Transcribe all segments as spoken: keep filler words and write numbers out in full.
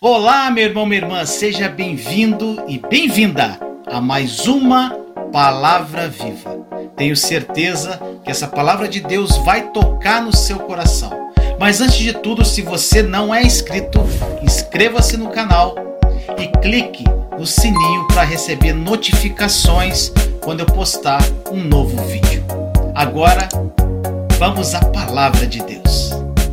Olá, meu irmão, minha irmã, seja bem-vindo e bem-vinda a mais uma Palavra Viva. Tenho certeza que essa Palavra de Deus vai tocar no seu coração. Mas antes de tudo, se você não é inscrito, inscreva-se no canal e clique no sininho para receber notificações quando eu postar um novo vídeo. Agora, vamos à Palavra de Deus.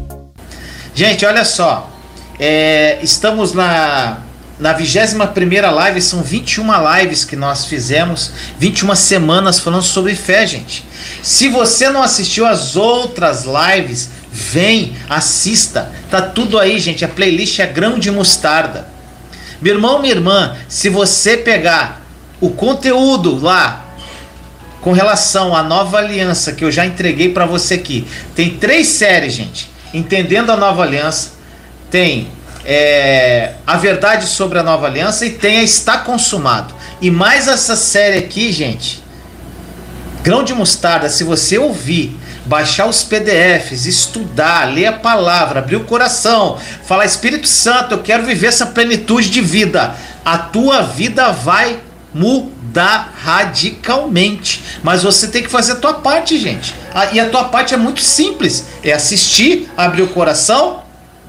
Gente, olha só. É, estamos na, na vigésima primeira live, são vinte e uma lives que nós fizemos, vinte e uma semanas falando sobre fé, gente. Se você não assistiu as outras lives, vem, assista, tá tudo aí, gente, a playlist é grão de mostarda. Meu irmão, minha irmã, se você pegar o conteúdo lá, com relação à nova aliança, que eu já entreguei para você aqui, tem três séries, gente, entendendo a nova aliança, tem é, a verdade sobre a nova aliança e tem a está consumado. E mais essa série aqui, gente, grão de mostarda, se você ouvir, baixar os P D Fs, estudar, ler a palavra, abrir o coração, falar: Espírito Santo, eu quero viver essa plenitude de vida, a tua vida vai mudar radicalmente. Mas você tem que fazer a tua parte, gente. E a tua parte é muito simples, é assistir, abrir o coração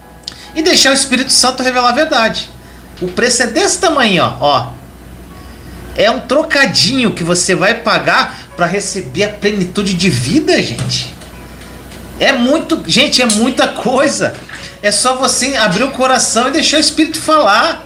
e deixar o Espírito Santo revelar a verdade. O preço é desse tamanho, ó, ó. É um trocadinho que você vai pagar para receber a plenitude de vida, gente. É muito, gente, é muita coisa. É só você abrir o coração e deixar o Espírito falar.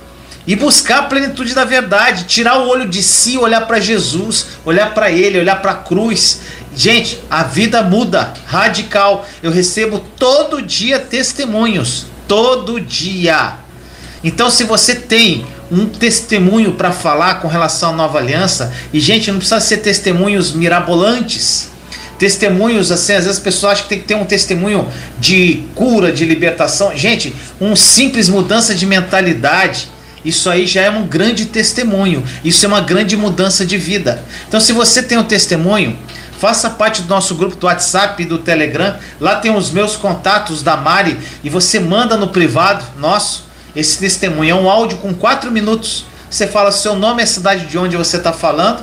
E buscar a plenitude da verdade, tirar o olho de si, olhar para Jesus, olhar para Ele, olhar para a cruz. Gente, a vida muda, radical. Eu recebo todo dia testemunhos, todo dia. Então, se você tem um testemunho para falar com relação à nova aliança, e gente, não precisa ser testemunhos mirabolantes, testemunhos assim, às vezes as pessoas acham que tem que ter um testemunho de cura, de libertação. Gente, uma simples mudança de mentalidade, isso aí já é um grande testemunho, isso é uma grande mudança de vida. Então, se você tem um testemunho, faça parte do nosso grupo do WhatsApp e do Telegram. Lá tem os meus contatos da Mari e você manda no privado nosso esse testemunho. É um áudio com quatro minutos. Você fala seu nome, a cidade de onde você está falando,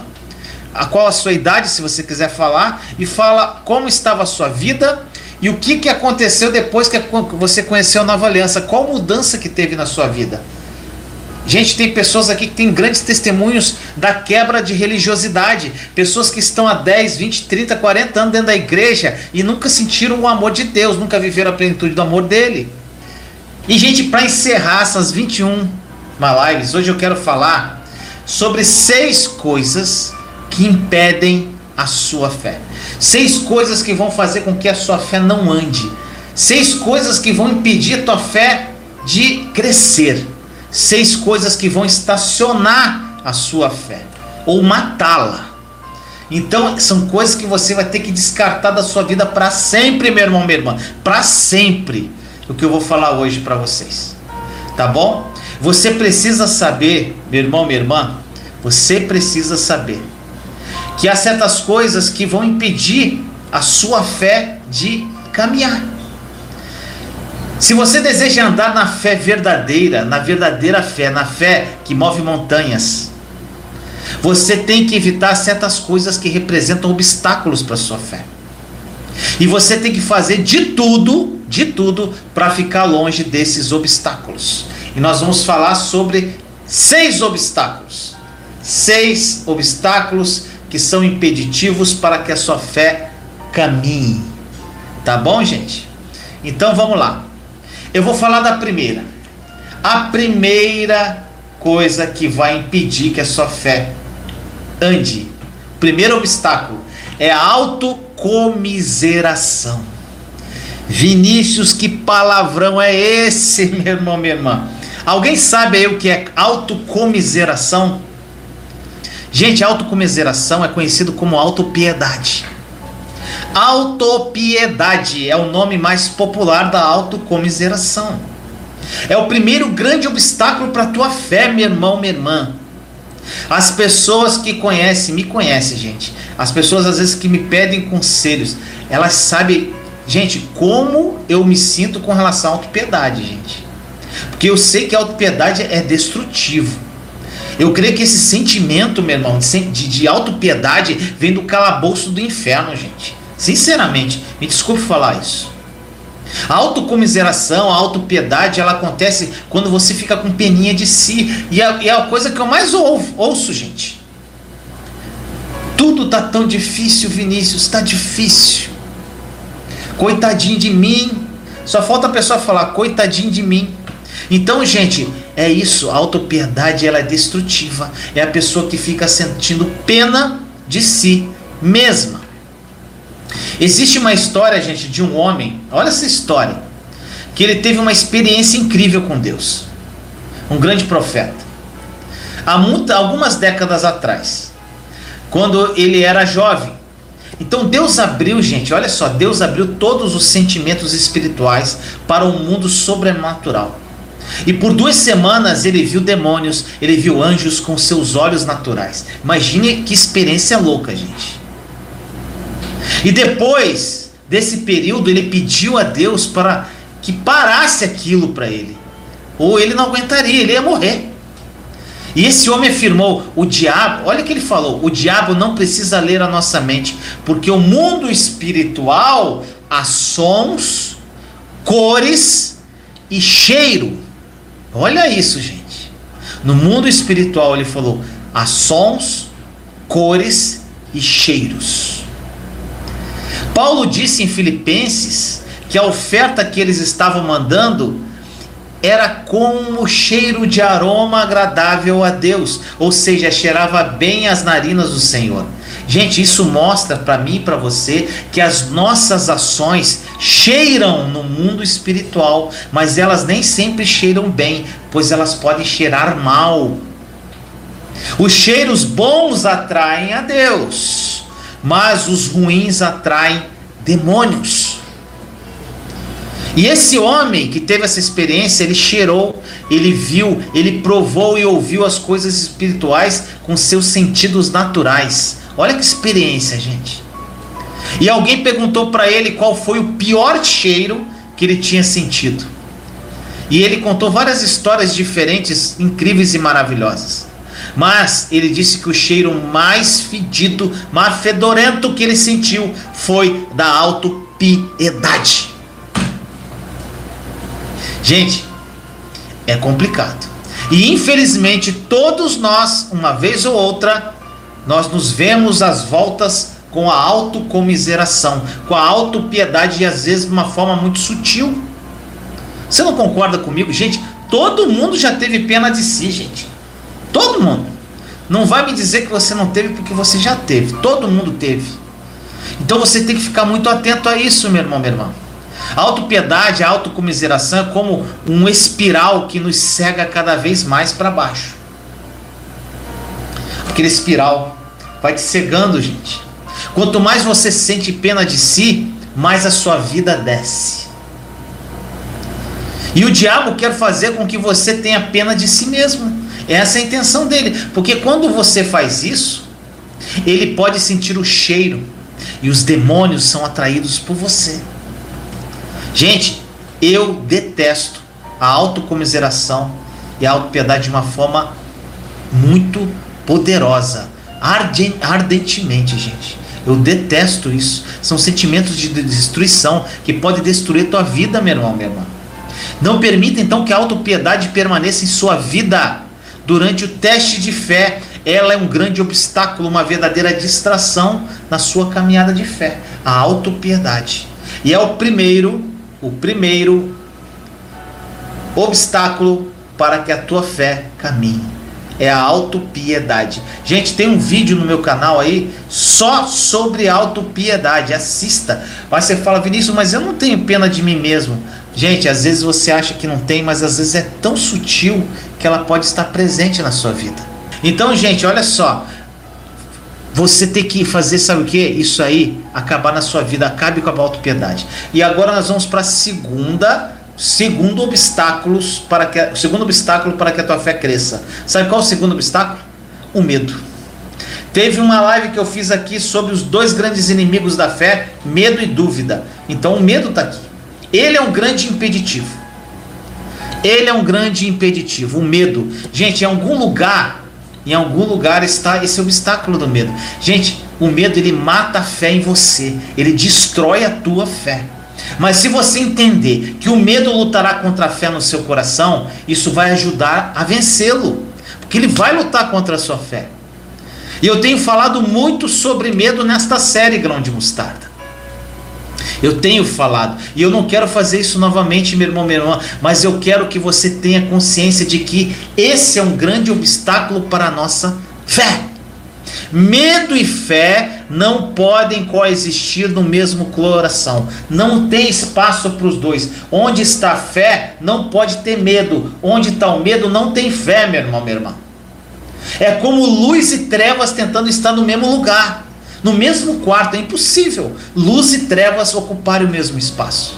a qual a sua idade, se você quiser falar, e fala como estava a sua vida e o que, que aconteceu depois que você conheceu a nova aliança, qual mudança que teve na sua vida. Gente, tem pessoas aqui que têm grandes testemunhos da quebra de religiosidade. Pessoas que estão há dez, vinte, trinta, quarenta anos dentro da igreja e nunca sentiram o amor de Deus, nunca viveram a plenitude do amor dele. E, gente, para encerrar essas vinte e uma lives, hoje eu quero falar sobre seis coisas que impedem a sua fé. Seis coisas que vão fazer com que a sua fé não ande. Seis coisas que vão impedir a tua fé de crescer. Seis coisas que vão estacionar a sua fé ou matá-la. Então são coisas que você vai ter que descartar da sua vida para sempre, meu irmão, minha irmã, para sempre. O que eu vou falar hoje para vocês, tá bom? Você precisa saber, meu irmão, minha irmã, você precisa saber que há certas coisas que vão impedir a sua fé de caminhar. Se você deseja andar na fé verdadeira, na verdadeira fé, na fé que move montanhas, você tem que evitar certas coisas que representam obstáculos para a sua fé. E você tem que fazer de tudo, de tudo, para ficar longe desses obstáculos. E nós vamos falar sobre seis obstáculos. Seis obstáculos que são impeditivos para que a sua fé caminhe. Tá bom, gente? Então vamos lá. Eu vou falar da primeira. A primeira coisa que vai impedir que a sua fé ande, o primeiro obstáculo, é a autocomiseração. Vinícius, que palavrão é esse, meu irmão, minha irmã? Alguém sabe aí o que é autocomiseração? Gente, autocomiseração é conhecido como autopiedade. Autopiedade é o nome mais popular da autocomiseração. É o primeiro grande obstáculo para a tua fé, meu irmão, minha irmã. As pessoas que conhecem, me conhecem, gente. As pessoas às vezes que me pedem conselhos, elas sabem, gente, como eu me sinto com relação à autopiedade, gente. Porque eu sei que a autopiedade é destrutivo. Eu creio que esse sentimento, meu irmão, de, de autopiedade vem do calabouço do inferno, gente. Sinceramente, me desculpe falar isso. A autocomiseração, a autopiedade, ela acontece quando você fica com peninha de si. E é, e é a coisa que eu mais ouço, ouço, gente. Tudo tá tão difícil, Vinícius, tá difícil. Coitadinho de mim. Só falta a pessoa falar, coitadinho de mim. Então, gente, é isso. A autopiedade, ela é destrutiva. É a pessoa que fica sentindo pena de si mesma. Existe uma história, gente, de um homem, olha essa história, que ele teve uma experiência incrível com Deus, um grande profeta, há muitas, algumas décadas atrás, quando ele era jovem. Então Deus abriu, gente, olha só, Deus abriu todos os sentimentos espirituais para o mundo sobrenatural. E por duas semanas ele viu demônios, ele viu anjos com seus olhos naturais. Imagine que experiência louca, gente. E depois desse período ele pediu a Deus para que parasse aquilo para ele, ou ele não aguentaria, ele ia morrer. E esse homem afirmou, o diabo, olha o que ele falou, o diabo não precisa ler a nossa mente, porque o mundo espiritual há sons, cores e cheiro. Olha isso, gente. No mundo espiritual, ele falou, há sons, cores e cheiros. Paulo disse em Filipenses que a oferta que eles estavam mandando era como o cheiro de aroma agradável a Deus, ou seja, cheirava bem as narinas do Senhor. Gente, isso mostra para mim e para você que as nossas ações cheiram no mundo espiritual, mas elas nem sempre cheiram bem, pois elas podem cheirar mal. Os cheiros bons atraem a Deus, mas os ruins atraem demônios. E esse homem que teve essa experiência, ele cheirou, ele viu, ele provou e ouviu as coisas espirituais com seus sentidos naturais. Olha que experiência, gente. E alguém perguntou para ele qual foi o pior cheiro que ele tinha sentido. E ele contou várias histórias diferentes, incríveis e maravilhosas. Mas ele disse que o cheiro mais fedido, mais fedorento que ele sentiu foi da autopiedade. Gente, é complicado. E infelizmente todos nós, uma vez ou outra, nós nos vemos às voltas com a autocomiseração, com a autopiedade, e às vezes de uma forma muito sutil. Você não concorda comigo? Gente, todo mundo já teve pena de si, gente. Todo mundo. Não vai me dizer que você não teve, porque você já teve. Todo mundo teve. Então você tem que ficar muito atento a isso, meu irmão, minha irmã. A autopiedade, a autocomiseração é como um espiral que nos cega cada vez mais para baixo. Aquele espiral vai te cegando, gente. Quanto mais você sente pena de si, mais a sua vida desce. E o diabo quer fazer com que você tenha pena de si mesmo. Essa é a intenção dele. Porque quando você faz isso, ele pode sentir o cheiro. E os demônios são atraídos por você. Gente, eu detesto a autocomiseração e a autopiedade de uma forma muito poderosa. Arden, ardentemente, gente. Eu detesto isso. São sentimentos de destruição que podem destruir tua vida, meu irmão, minha irmã. Não permita então que a autopiedade permaneça em sua vida durante o teste de fé. Ela é um grande obstáculo, uma verdadeira distração na sua caminhada de fé. A autopiedade. E é o primeiro, o primeiro obstáculo para que a tua fé caminhe. É a autopiedade. Gente, tem um vídeo no meu canal aí só sobre autopiedade. Assista. Aí você fala, Vinícius, mas eu não tenho pena de mim mesmo. Gente, às vezes você acha que não tem, mas às vezes é tão sutil que ela pode estar presente na sua vida. Então, gente, olha só. Você tem que fazer, sabe o que? Isso aí, acabar na sua vida. Acabe com a autopiedade. E agora nós vamos para a segunda... Segundo obstáculos para que o segundo obstáculo para que a tua fé cresça. Sabe qual é o segundo obstáculo? O medo. Teve uma live que eu fiz aqui sobre os dois grandes inimigos da fé, medo e dúvida. Então o medo está aqui. Ele é um grande impeditivo. Ele é um grande impeditivo, o medo. Gente, em algum lugar, em algum lugar está esse obstáculo do medo. Gente, o medo, ele mata a fé em você, ele destrói a tua fé. Mas se você entender que o medo lutará contra a fé no seu coração, isso vai ajudar a vencê-lo, porque ele vai lutar contra a sua fé. E eu tenho falado muito sobre medo nesta série Grão de Mostarda. Eu tenho falado, e eu não quero fazer isso novamente, meu irmão, minha irmã, mas eu quero que você tenha consciência de que esse é um grande obstáculo para a nossa fé. Medo e fé não podem coexistir no mesmo coração. Não tem espaço para os dois. Onde está a fé, não pode ter medo. Onde está o medo, não tem fé, meu irmão, minha irmã. É como luz e trevas tentando estar no mesmo lugar, no mesmo quarto. É impossível luz e trevas ocuparem o mesmo espaço.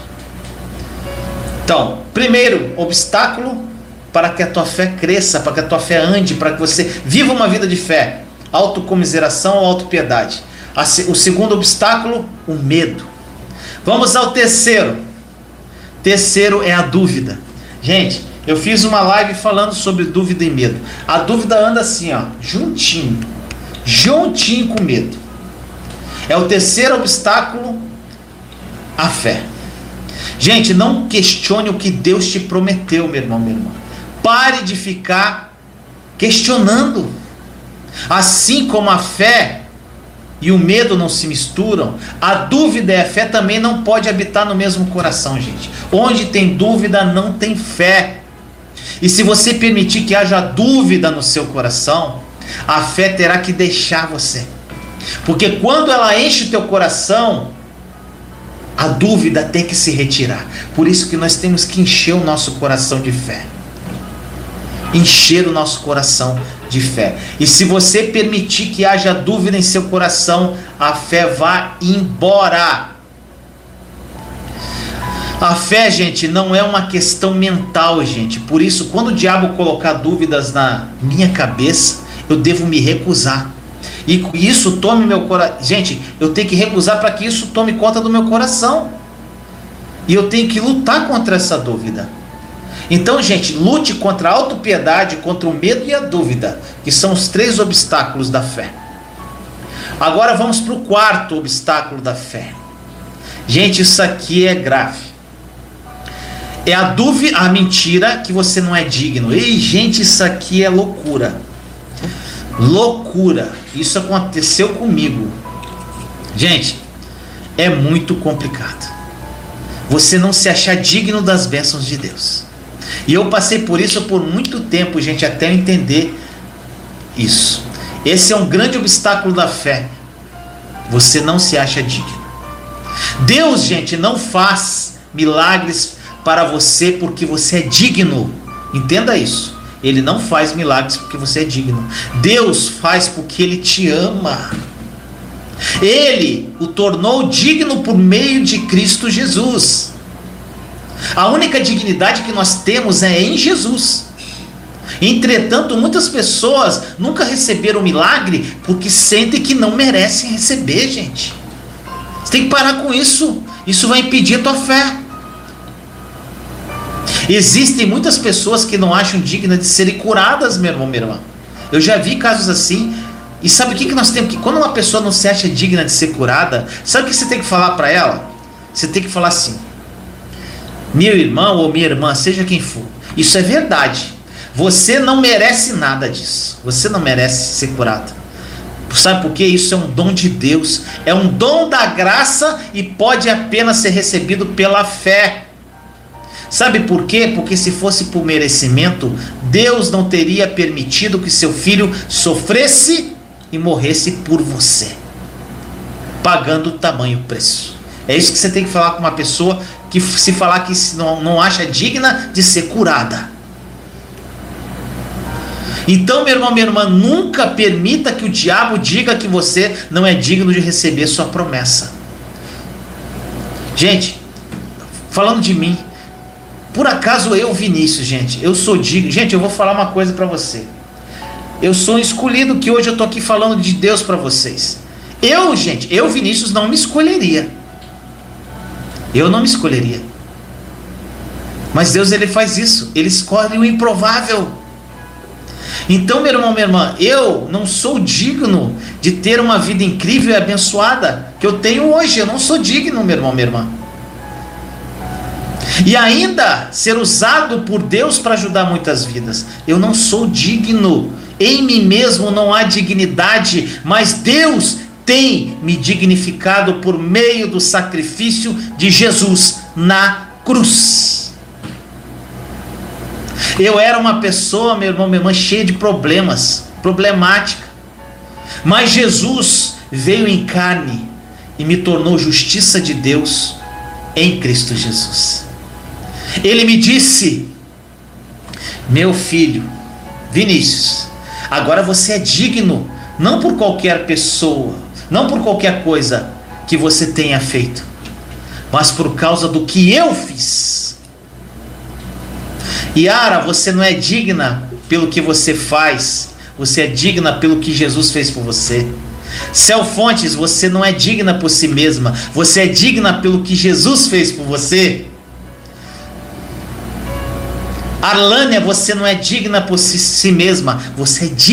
Então, primeiro obstáculo para que a tua fé cresça, para que a tua fé ande, para que você viva uma vida de fé: autocomiseração ou autopiedade. O segundo obstáculo, o medo. Vamos ao terceiro. Terceiro é a dúvida. Gente, eu fiz uma live falando sobre dúvida e medo. A dúvida anda assim, ó, juntinho, juntinho com medo. É o terceiro obstáculo, a fé. Gente, não questione o que Deus te prometeu, meu irmão, minha irmã. Pare de ficar questionando. Assim como a fé e o medo não se misturam, a dúvida e a fé também não pode habitar no mesmo coração, gente. Onde tem dúvida, não tem fé. E se você permitir que haja dúvida no seu coração, a fé terá que deixar você. Porque quando ela enche o teu coração, a dúvida tem que se retirar. Por isso que nós temos que encher o nosso coração de fé. Encher o nosso coração de fé. E se você permitir que haja dúvida em seu coração, a fé vai embora. A fé, gente, não é uma questão mental, gente. Por isso, quando o diabo colocar dúvidas na minha cabeça, eu devo me recusar. E isso tome meu coração. Gente, eu tenho que recusar para que isso tome conta do meu coração. E eu tenho que lutar contra essa dúvida. Então, gente, lute contra a autopiedade, contra o medo e a dúvida, que são os três obstáculos da fé. Agora vamos para o quarto obstáculo da fé. Gente, isso aqui é grave. É a dúvida, a mentira que você não é digno. Ei, gente, isso aqui é loucura. Loucura. Isso aconteceu comigo. Gente, é muito complicado você não se achar digno das bênçãos de Deus. E eu passei por isso por muito tempo, gente, até eu entender isso. Esse é um grande obstáculo da fé. Você não se acha digno. Deus, gente, não faz milagres para você porque você é digno. Entenda isso. Ele não faz milagres porque você é digno. Deus faz porque Ele te ama. Ele o tornou digno por meio de Cristo Jesus. A única dignidade que nós temos é em Jesus. Entretanto, muitas pessoas nunca receberam milagre porque sentem que não merecem receber, gente. Você tem que parar com isso. Isso vai impedir a tua fé. Existem muitas pessoas que não acham dignas de serem curadas, meu irmão, minha irmã. Eu já vi casos assim. E sabe o que nós temos? Que quando uma pessoa não se acha digna de ser curada, sabe o que você tem que falar para ela? Você tem que falar assim: meu irmão ou minha irmã, seja quem for, isso é verdade. Você não merece nada disso. Você não merece ser curado. Sabe por quê? Isso é um dom de Deus. É um dom da graça e pode apenas ser recebido pela fé. Sabe por quê? Porque se fosse por merecimento, Deus não teria permitido que seu filho sofresse e morresse por você, pagando o tamanho preço. É isso que você tem que falar com uma pessoa que se falar que não, não acha digna de ser curada. Então, meu irmão, minha irmã, nunca permita que o diabo diga que você não é digno de receber sua promessa. Gente, falando de mim, por acaso eu, Vinícius, gente, eu sou digno. Gente, eu vou falar uma coisa para você. Eu sou um escolhido, que hoje eu tô aqui falando de Deus para vocês. Eu, gente, eu, Vinícius, não me escolheria. Eu não me escolheria. Mas Deus, ele faz isso, ele escolhe o improvável. Então, meu irmão, minha irmã, eu não sou digno de ter uma vida incrível e abençoada que eu tenho hoje. Eu não sou digno, meu irmão, minha irmã. E ainda ser usado por Deus para ajudar muitas vidas. Eu não sou digno. Em mim mesmo não há dignidade, mas Deus tem me dignificado por meio do sacrifício de Jesus na cruz. Eu era uma pessoa, meu irmão, minha irmã, cheia de problemas, problemática. Mas Jesus veio em carne e me tornou justiça de Deus em Cristo Jesus. Ele me disse: meu filho, Vinícius, agora você é digno, não por qualquer pessoa, não por qualquer coisa que você tenha feito, mas por causa do que eu fiz. Yara, você não é digna pelo que você faz, você é digna pelo que Jesus fez por você. Céu Fontes, você não é digna por si mesma, você é digna pelo que Jesus fez por você. Arlânia, você não é digna por si, si mesma, você é digna